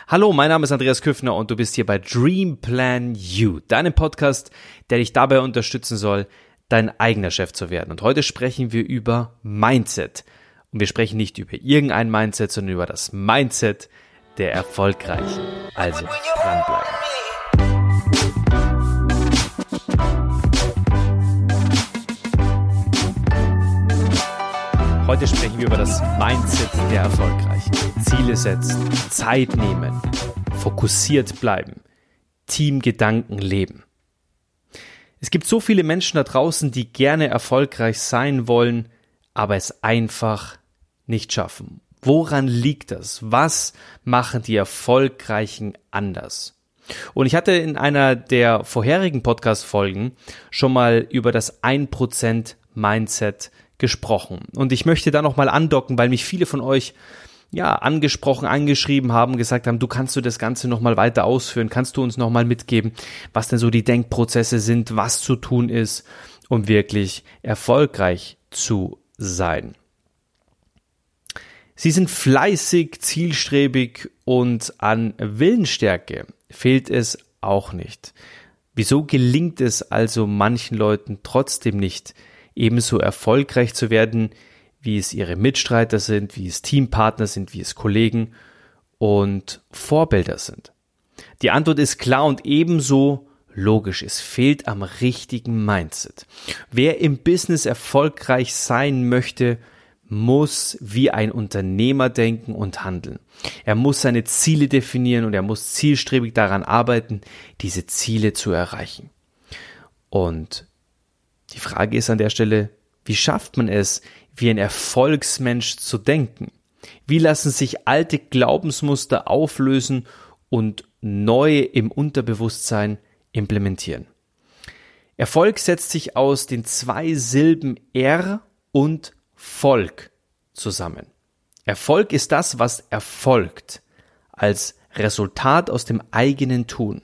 Hallo, mein Name ist Andreas Küffner und du bist hier bei Dream Plan You, deinem Podcast, der dich dabei unterstützen soll, dein eigener Chef zu werden. Und heute sprechen wir über Mindset. Und wir sprechen nicht über irgendein Mindset, sondern über das Mindset der Erfolgreichen. Also dranbleiben. Heute sprechen wir über das Mindset der Erfolgreichen. Ziele setzen, Zeit nehmen, fokussiert bleiben, Teamgedanken leben. Es gibt so viele Menschen da draußen, die gerne erfolgreich sein wollen, aber es einfach nicht schaffen. Woran liegt das? Was machen die Erfolgreichen anders? Und ich hatte in einer der vorherigen Podcast-Folgen schon mal über das 1% Mindset gesprochen. Und ich möchte da nochmal andocken, weil mich viele von euch angesprochen, angeschrieben haben, gesagt haben, kannst du das Ganze nochmal weiter ausführen, kannst du uns nochmal mitgeben, was denn so die Denkprozesse sind, was zu tun ist, um wirklich erfolgreich zu sein. Sie sind fleißig, zielstrebig und an Willensstärke fehlt es auch nicht. Wieso gelingt es also manchen Leuten trotzdem nicht, ebenso erfolgreich zu werden, wie es ihre Mitstreiter sind, wie es Teampartner sind, wie es Kollegen und Vorbilder sind? Die Antwort ist klar und ebenso logisch. Es fehlt am richtigen Mindset. Wer im Business erfolgreich sein möchte, muss wie ein Unternehmer denken und handeln. Er muss seine Ziele definieren und er muss zielstrebig daran arbeiten, diese Ziele zu erreichen. Und die Frage ist an der Stelle, wie schafft man es, wie ein Erfolgsmensch zu denken? Wie lassen sich alte Glaubensmuster auflösen und neue im Unterbewusstsein implementieren? Erfolg setzt sich aus den 2 Silben R und Volk zusammen. Erfolg ist das, was erfolgt, als Resultat aus dem eigenen Tun.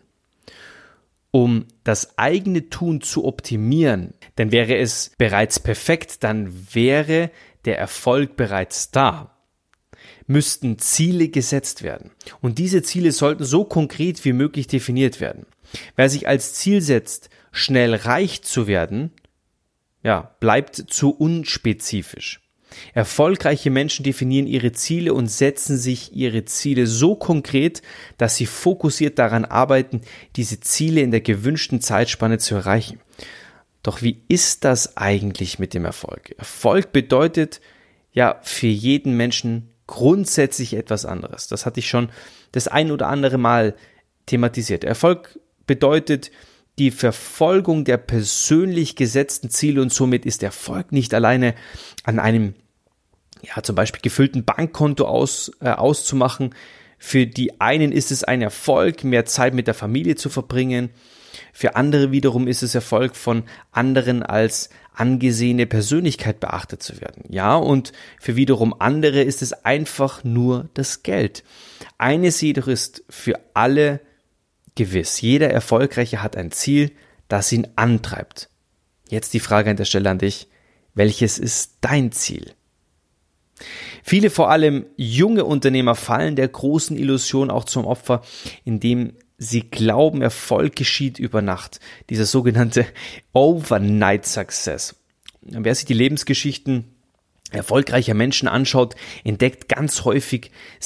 Um das eigene Tun zu optimieren, denn wäre es bereits perfekt, dann wäre der Erfolg bereits da, müssten Ziele gesetzt werden. Und diese Ziele sollten so konkret wie möglich definiert werden. Wer sich als Ziel setzt, schnell reich zu werden, bleibt zu unspezifisch. Erfolgreiche Menschen definieren ihre Ziele und setzen sich ihre Ziele so konkret, dass sie fokussiert daran arbeiten, diese Ziele in der gewünschten Zeitspanne zu erreichen. Doch wie ist das eigentlich mit dem Erfolg? Erfolg bedeutet für jeden Menschen grundsätzlich etwas anderes. Das hatte ich schon das ein oder andere Mal thematisiert. Erfolg bedeutet die Verfolgung der persönlich gesetzten Ziele und somit ist Erfolg nicht alleine an einem zum Beispiel gefüllten Bankkonto auszumachen. Für die einen ist es ein Erfolg, mehr Zeit mit der Familie zu verbringen. Für andere wiederum ist es Erfolg, von anderen als angesehene Persönlichkeit beachtet zu werden. Und für wiederum andere ist es einfach nur das Geld. Eines jedoch ist für alle gewiss. Jeder Erfolgreiche hat ein Ziel, das ihn antreibt. Jetzt die Frage an der Stelle an dich. Welches ist dein Ziel? Viele, vor allem junge Unternehmer, fallen der großen Illusion auch zum Opfer, indem sie glauben, Erfolg geschieht über Nacht. Dieser sogenannte Overnight Success. Wer sich die Lebensgeschichten erfolgreicher Menschen anschaut, entdeckt ganz häufig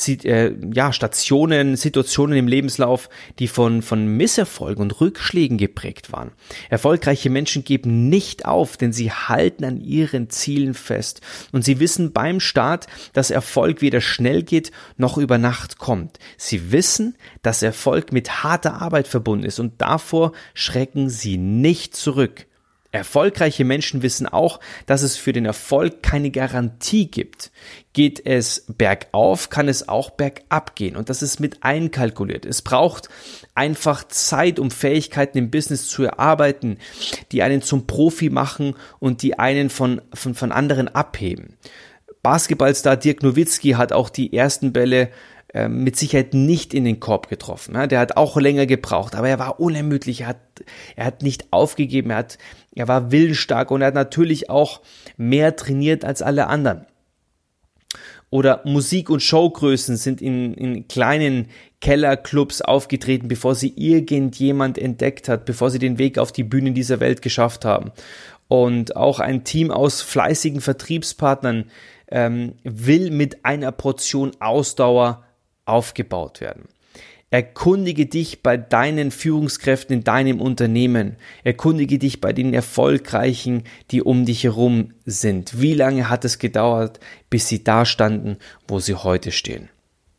Situationen im Lebenslauf, die von Misserfolgen und Rückschlägen geprägt waren. Erfolgreiche Menschen geben nicht auf, denn sie halten an ihren Zielen fest. Und sie wissen beim Start, dass Erfolg weder schnell geht, noch über Nacht kommt. Sie wissen, dass Erfolg mit harter Arbeit verbunden ist und davor schrecken sie nicht zurück. Erfolgreiche Menschen wissen auch, dass es für den Erfolg keine Garantie gibt. Geht es bergauf, kann es auch bergab gehen und das ist mit einkalkuliert. Es braucht einfach Zeit, um Fähigkeiten im Business zu erarbeiten, die einen zum Profi machen und die einen von anderen abheben. Basketballstar Dirk Nowitzki hat auch die ersten Bälle mit Sicherheit nicht in den Korb getroffen. Der hat auch länger gebraucht, aber er war unermüdlich, er hat nicht aufgegeben, er war willensstark und er hat natürlich auch mehr trainiert als alle anderen. Oder Musik- und Showgrößen sind in kleinen Kellerclubs aufgetreten, bevor sie irgendjemand entdeckt hat, bevor sie den Weg auf die Bühnen dieser Welt geschafft haben. Und auch ein Team aus fleißigen Vertriebspartnern will mit einer Portion Ausdauer aufgebaut werden. Erkundige dich bei deinen Führungskräften in deinem Unternehmen. Erkundige dich bei den Erfolgreichen, die um dich herum sind. Wie lange hat es gedauert, bis sie da standen, wo sie heute stehen?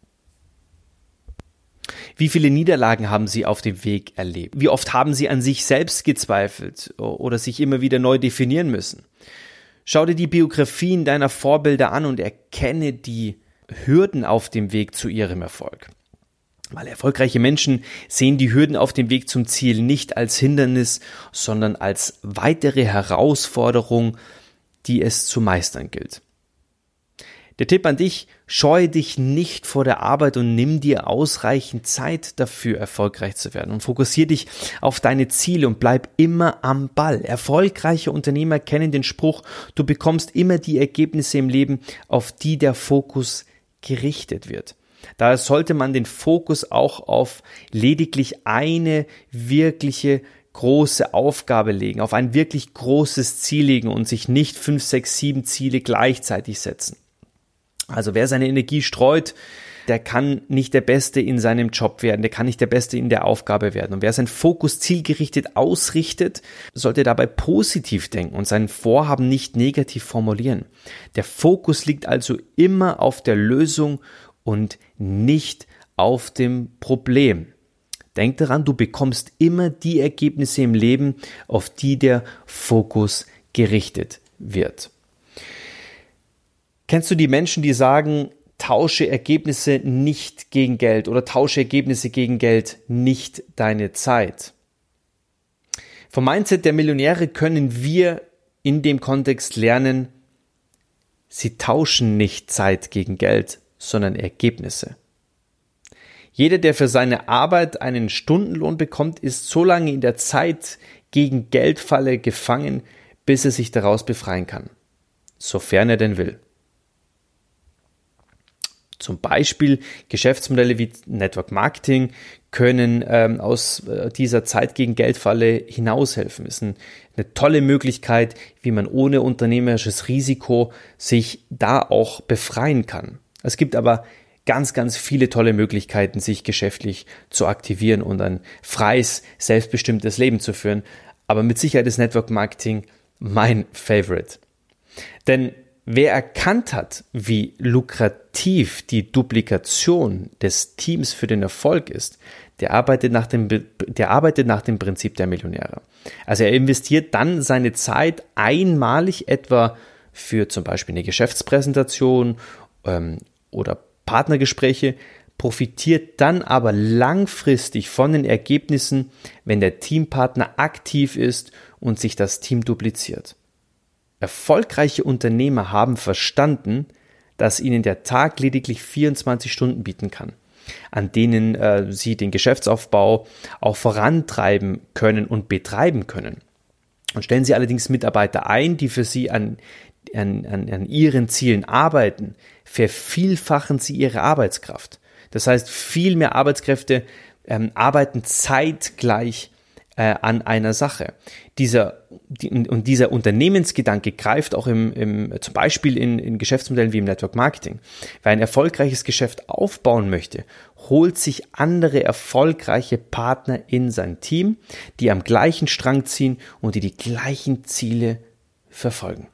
Wie viele Niederlagen haben sie auf dem Weg erlebt? Wie oft haben sie an sich selbst gezweifelt oder sich immer wieder neu definieren müssen? Schau dir die Biografien deiner Vorbilder an und erkenne die Hürden auf dem Weg zu ihrem Erfolg. Weil erfolgreiche Menschen sehen die Hürden auf dem Weg zum Ziel nicht als Hindernis, sondern als weitere Herausforderung, die es zu meistern gilt. Der Tipp an dich: Scheue dich nicht vor der Arbeit und nimm dir ausreichend Zeit dafür, erfolgreich zu werden. Und fokussiere dich auf deine Ziele und bleib immer am Ball. Erfolgreiche Unternehmer kennen den Spruch: Du bekommst immer die Ergebnisse im Leben, auf die der Fokus gerichtet wird. Daher sollte man den Fokus auch auf lediglich eine wirkliche große Aufgabe legen, auf ein wirklich großes Ziel legen und sich nicht 5, 6, 7 Ziele gleichzeitig setzen. Also wer seine Energie streut, der kann nicht der Beste in seinem Job werden, der kann nicht der Beste in der Aufgabe werden. Und wer seinen Fokus zielgerichtet ausrichtet, sollte dabei positiv denken und sein Vorhaben nicht negativ formulieren. Der Fokus liegt also immer auf der Lösung und nicht auf dem Problem. Denk daran, du bekommst immer die Ergebnisse im Leben, auf die der Fokus gerichtet wird. Kennst du die Menschen, die sagen, tausche Ergebnisse nicht gegen Geld oder tausche Ergebnisse gegen Geld, nicht deine Zeit? Vom Mindset der Millionäre können wir in dem Kontext lernen, sie tauschen nicht Zeit gegen Geld, sondern Ergebnisse. Jeder, der für seine Arbeit einen Stundenlohn bekommt, ist so lange in der Zeit gegen Geldfalle gefangen, bis er sich daraus befreien kann. Sofern er denn will. Zum Beispiel Geschäftsmodelle wie Network Marketing können aus dieser Zeit gegen Geldfalle hinaushelfen. Ist eine tolle Möglichkeit, wie man ohne unternehmerisches Risiko sich da auch befreien kann. Es gibt aber ganz, ganz viele tolle Möglichkeiten, sich geschäftlich zu aktivieren und ein freies, selbstbestimmtes Leben zu führen. Aber mit Sicherheit ist Network Marketing mein Favorite. Denn wer erkannt hat, wie lukrativ die Duplikation des Teams für den Erfolg ist, der arbeitet nach dem Prinzip der Millionäre. Also er investiert dann seine Zeit einmalig etwa für zum Beispiel eine Geschäftspräsentation oder Partnergespräche, profitiert dann aber langfristig von den Ergebnissen, wenn der Teampartner aktiv ist und sich das Team dupliziert. Erfolgreiche Unternehmer haben verstanden, dass ihnen der Tag lediglich 24 Stunden bieten kann, an denen sie den Geschäftsaufbau auch vorantreiben können und betreiben können. Und stellen sie allerdings Mitarbeiter ein, die für sie an ihren Zielen arbeiten, vervielfachen sie ihre Arbeitskraft. Das heißt, viel mehr Arbeitskräfte arbeiten zeitgleich an einer Sache. Dieser Unternehmensgedanke greift auch zum Beispiel in Geschäftsmodellen wie im Network Marketing. Wer ein erfolgreiches Geschäft aufbauen möchte, holt sich andere erfolgreiche Partner in sein Team, die am gleichen Strang ziehen und die gleichen Ziele verfolgen.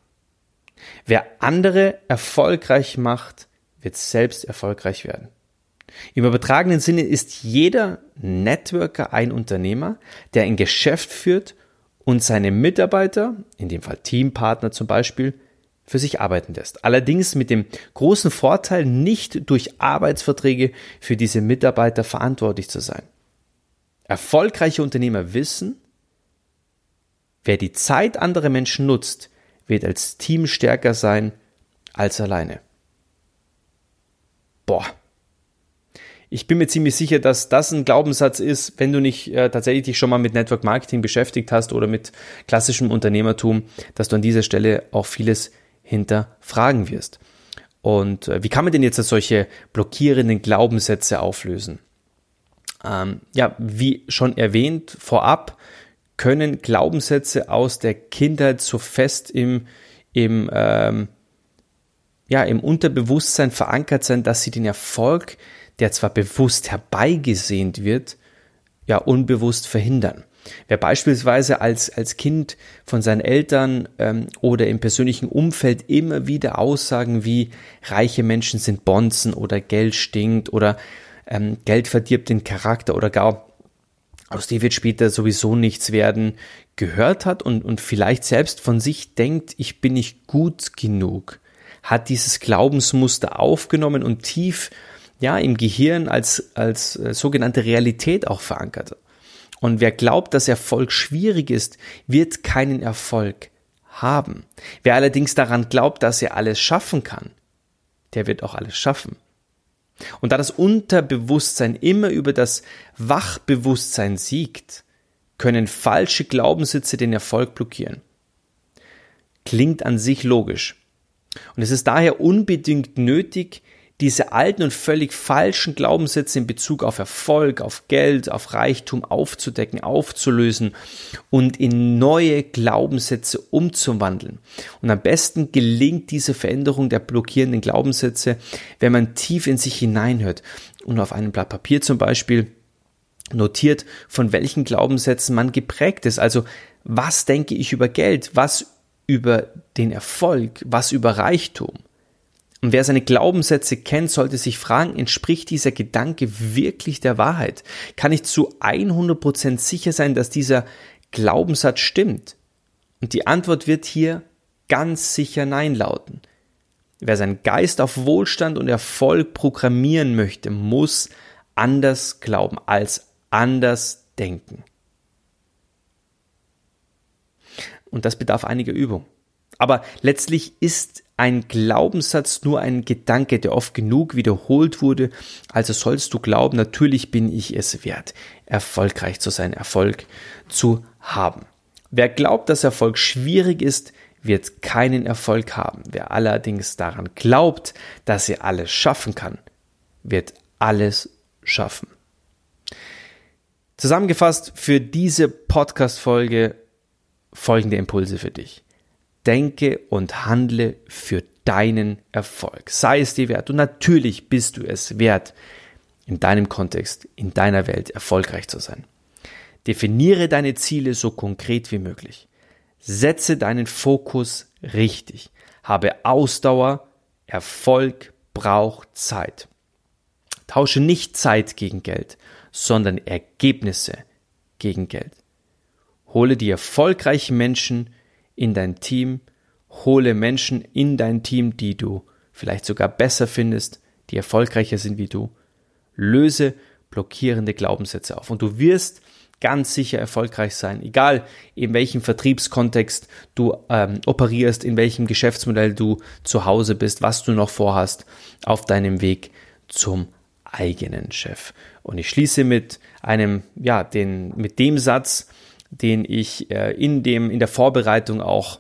Wer andere erfolgreich macht, wird selbst erfolgreich werden. Im übertragenen Sinne ist jeder Networker ein Unternehmer, der ein Geschäft führt und seine Mitarbeiter, in dem Fall Teampartner zum Beispiel, für sich arbeiten lässt. Allerdings mit dem großen Vorteil, nicht durch Arbeitsverträge für diese Mitarbeiter verantwortlich zu sein. Erfolgreiche Unternehmer wissen, wer die Zeit anderer Menschen nutzt, wird als Team stärker sein als alleine. Ich bin mir ziemlich sicher, dass das ein Glaubenssatz ist, wenn du nicht tatsächlich dich schon mal mit Network Marketing beschäftigt hast oder mit klassischem Unternehmertum, dass du an dieser Stelle auch vieles hinterfragen wirst. Und wie kann man denn jetzt solche blockierenden Glaubenssätze auflösen? Wie schon erwähnt vorab, können Glaubenssätze aus der Kindheit so fest im Unterbewusstsein verankert sein, dass sie den Erfolg, der zwar bewusst herbeigesehnt wird, unbewusst verhindern. Wer beispielsweise als Kind von seinen Eltern oder im persönlichen Umfeld immer wieder Aussagen wie reiche Menschen sind Bonzen oder Geld stinkt oder Geld verdirbt den Charakter oder gar aus dir wird später sowieso nichts werden, gehört hat und vielleicht selbst von sich denkt, ich bin nicht gut genug, hat dieses Glaubensmuster aufgenommen und tief im Gehirn als sogenannte Realität auch verankert. Und wer glaubt, dass Erfolg schwierig ist, wird keinen Erfolg haben. Wer allerdings daran glaubt, dass er alles schaffen kann, der wird auch alles schaffen. Und da das Unterbewusstsein immer über das Wachbewusstsein siegt, können falsche Glaubenssätze den Erfolg blockieren. Klingt an sich logisch. Und es ist daher unbedingt nötig, diese alten und völlig falschen Glaubenssätze in Bezug auf Erfolg, auf Geld, auf Reichtum aufzudecken, aufzulösen und in neue Glaubenssätze umzuwandeln. Und am besten gelingt diese Veränderung der blockierenden Glaubenssätze, wenn man tief in sich hineinhört und auf einem Blatt Papier zum Beispiel notiert, von welchen Glaubenssätzen man geprägt ist. Also, was denke ich über Geld? Was über den Erfolg? Was über Reichtum? Und wer seine Glaubenssätze kennt, sollte sich fragen, entspricht dieser Gedanke wirklich der Wahrheit? Kann ich zu 100% sicher sein, dass dieser Glaubenssatz stimmt? Und die Antwort wird hier ganz sicher Nein lauten. Wer seinen Geist auf Wohlstand und Erfolg programmieren möchte, muss anders glauben als anders denken. Und das bedarf einiger Übung. Aber letztlich ist ein Glaubenssatz nur ein Gedanke, der oft genug wiederholt wurde. Also sollst du glauben, natürlich bin ich es wert, erfolgreich zu sein, Erfolg zu haben. Wer glaubt, dass Erfolg schwierig ist, wird keinen Erfolg haben. Wer allerdings daran glaubt, dass er alles schaffen kann, wird alles schaffen. Zusammengefasst für diese Podcast-Folge folgende Impulse für dich. Denke und handle für deinen Erfolg. Sei es dir wert. Und natürlich bist du es wert, in deinem Kontext, in deiner Welt erfolgreich zu sein. Definiere deine Ziele so konkret wie möglich. Setze deinen Fokus richtig. Habe Ausdauer. Erfolg braucht Zeit. Tausche nicht Zeit gegen Geld, sondern Ergebnisse gegen Geld. Hole die erfolgreichen Menschen in dein Team, hole Menschen in dein Team, die du vielleicht sogar besser findest, die erfolgreicher sind wie du. Löse blockierende Glaubenssätze auf und du wirst ganz sicher erfolgreich sein, egal in welchem Vertriebskontext du operierst, in welchem Geschäftsmodell du zu Hause bist, was du noch vorhast auf deinem Weg zum eigenen Chef. Und ich schließe mit dem Satz, den ich in der Vorbereitung auch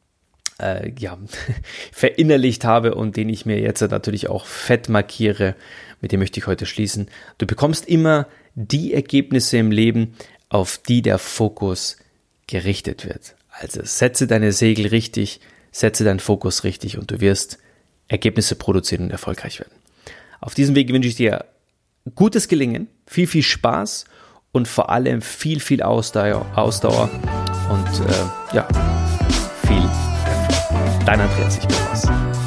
verinnerlicht habe und den ich mir jetzt natürlich auch fett markiere, mit dem möchte ich heute schließen. Du bekommst immer die Ergebnisse im Leben, auf die der Fokus gerichtet wird. Also setze deine Segel richtig, setze deinen Fokus richtig und du wirst Ergebnisse produzieren und erfolgreich werden. Auf diesem Weg wünsche ich dir gutes Gelingen, viel, viel Spaß und vor allem viel, viel Ausdauer und viel Erfolg. Dein Andreas, ich bin was.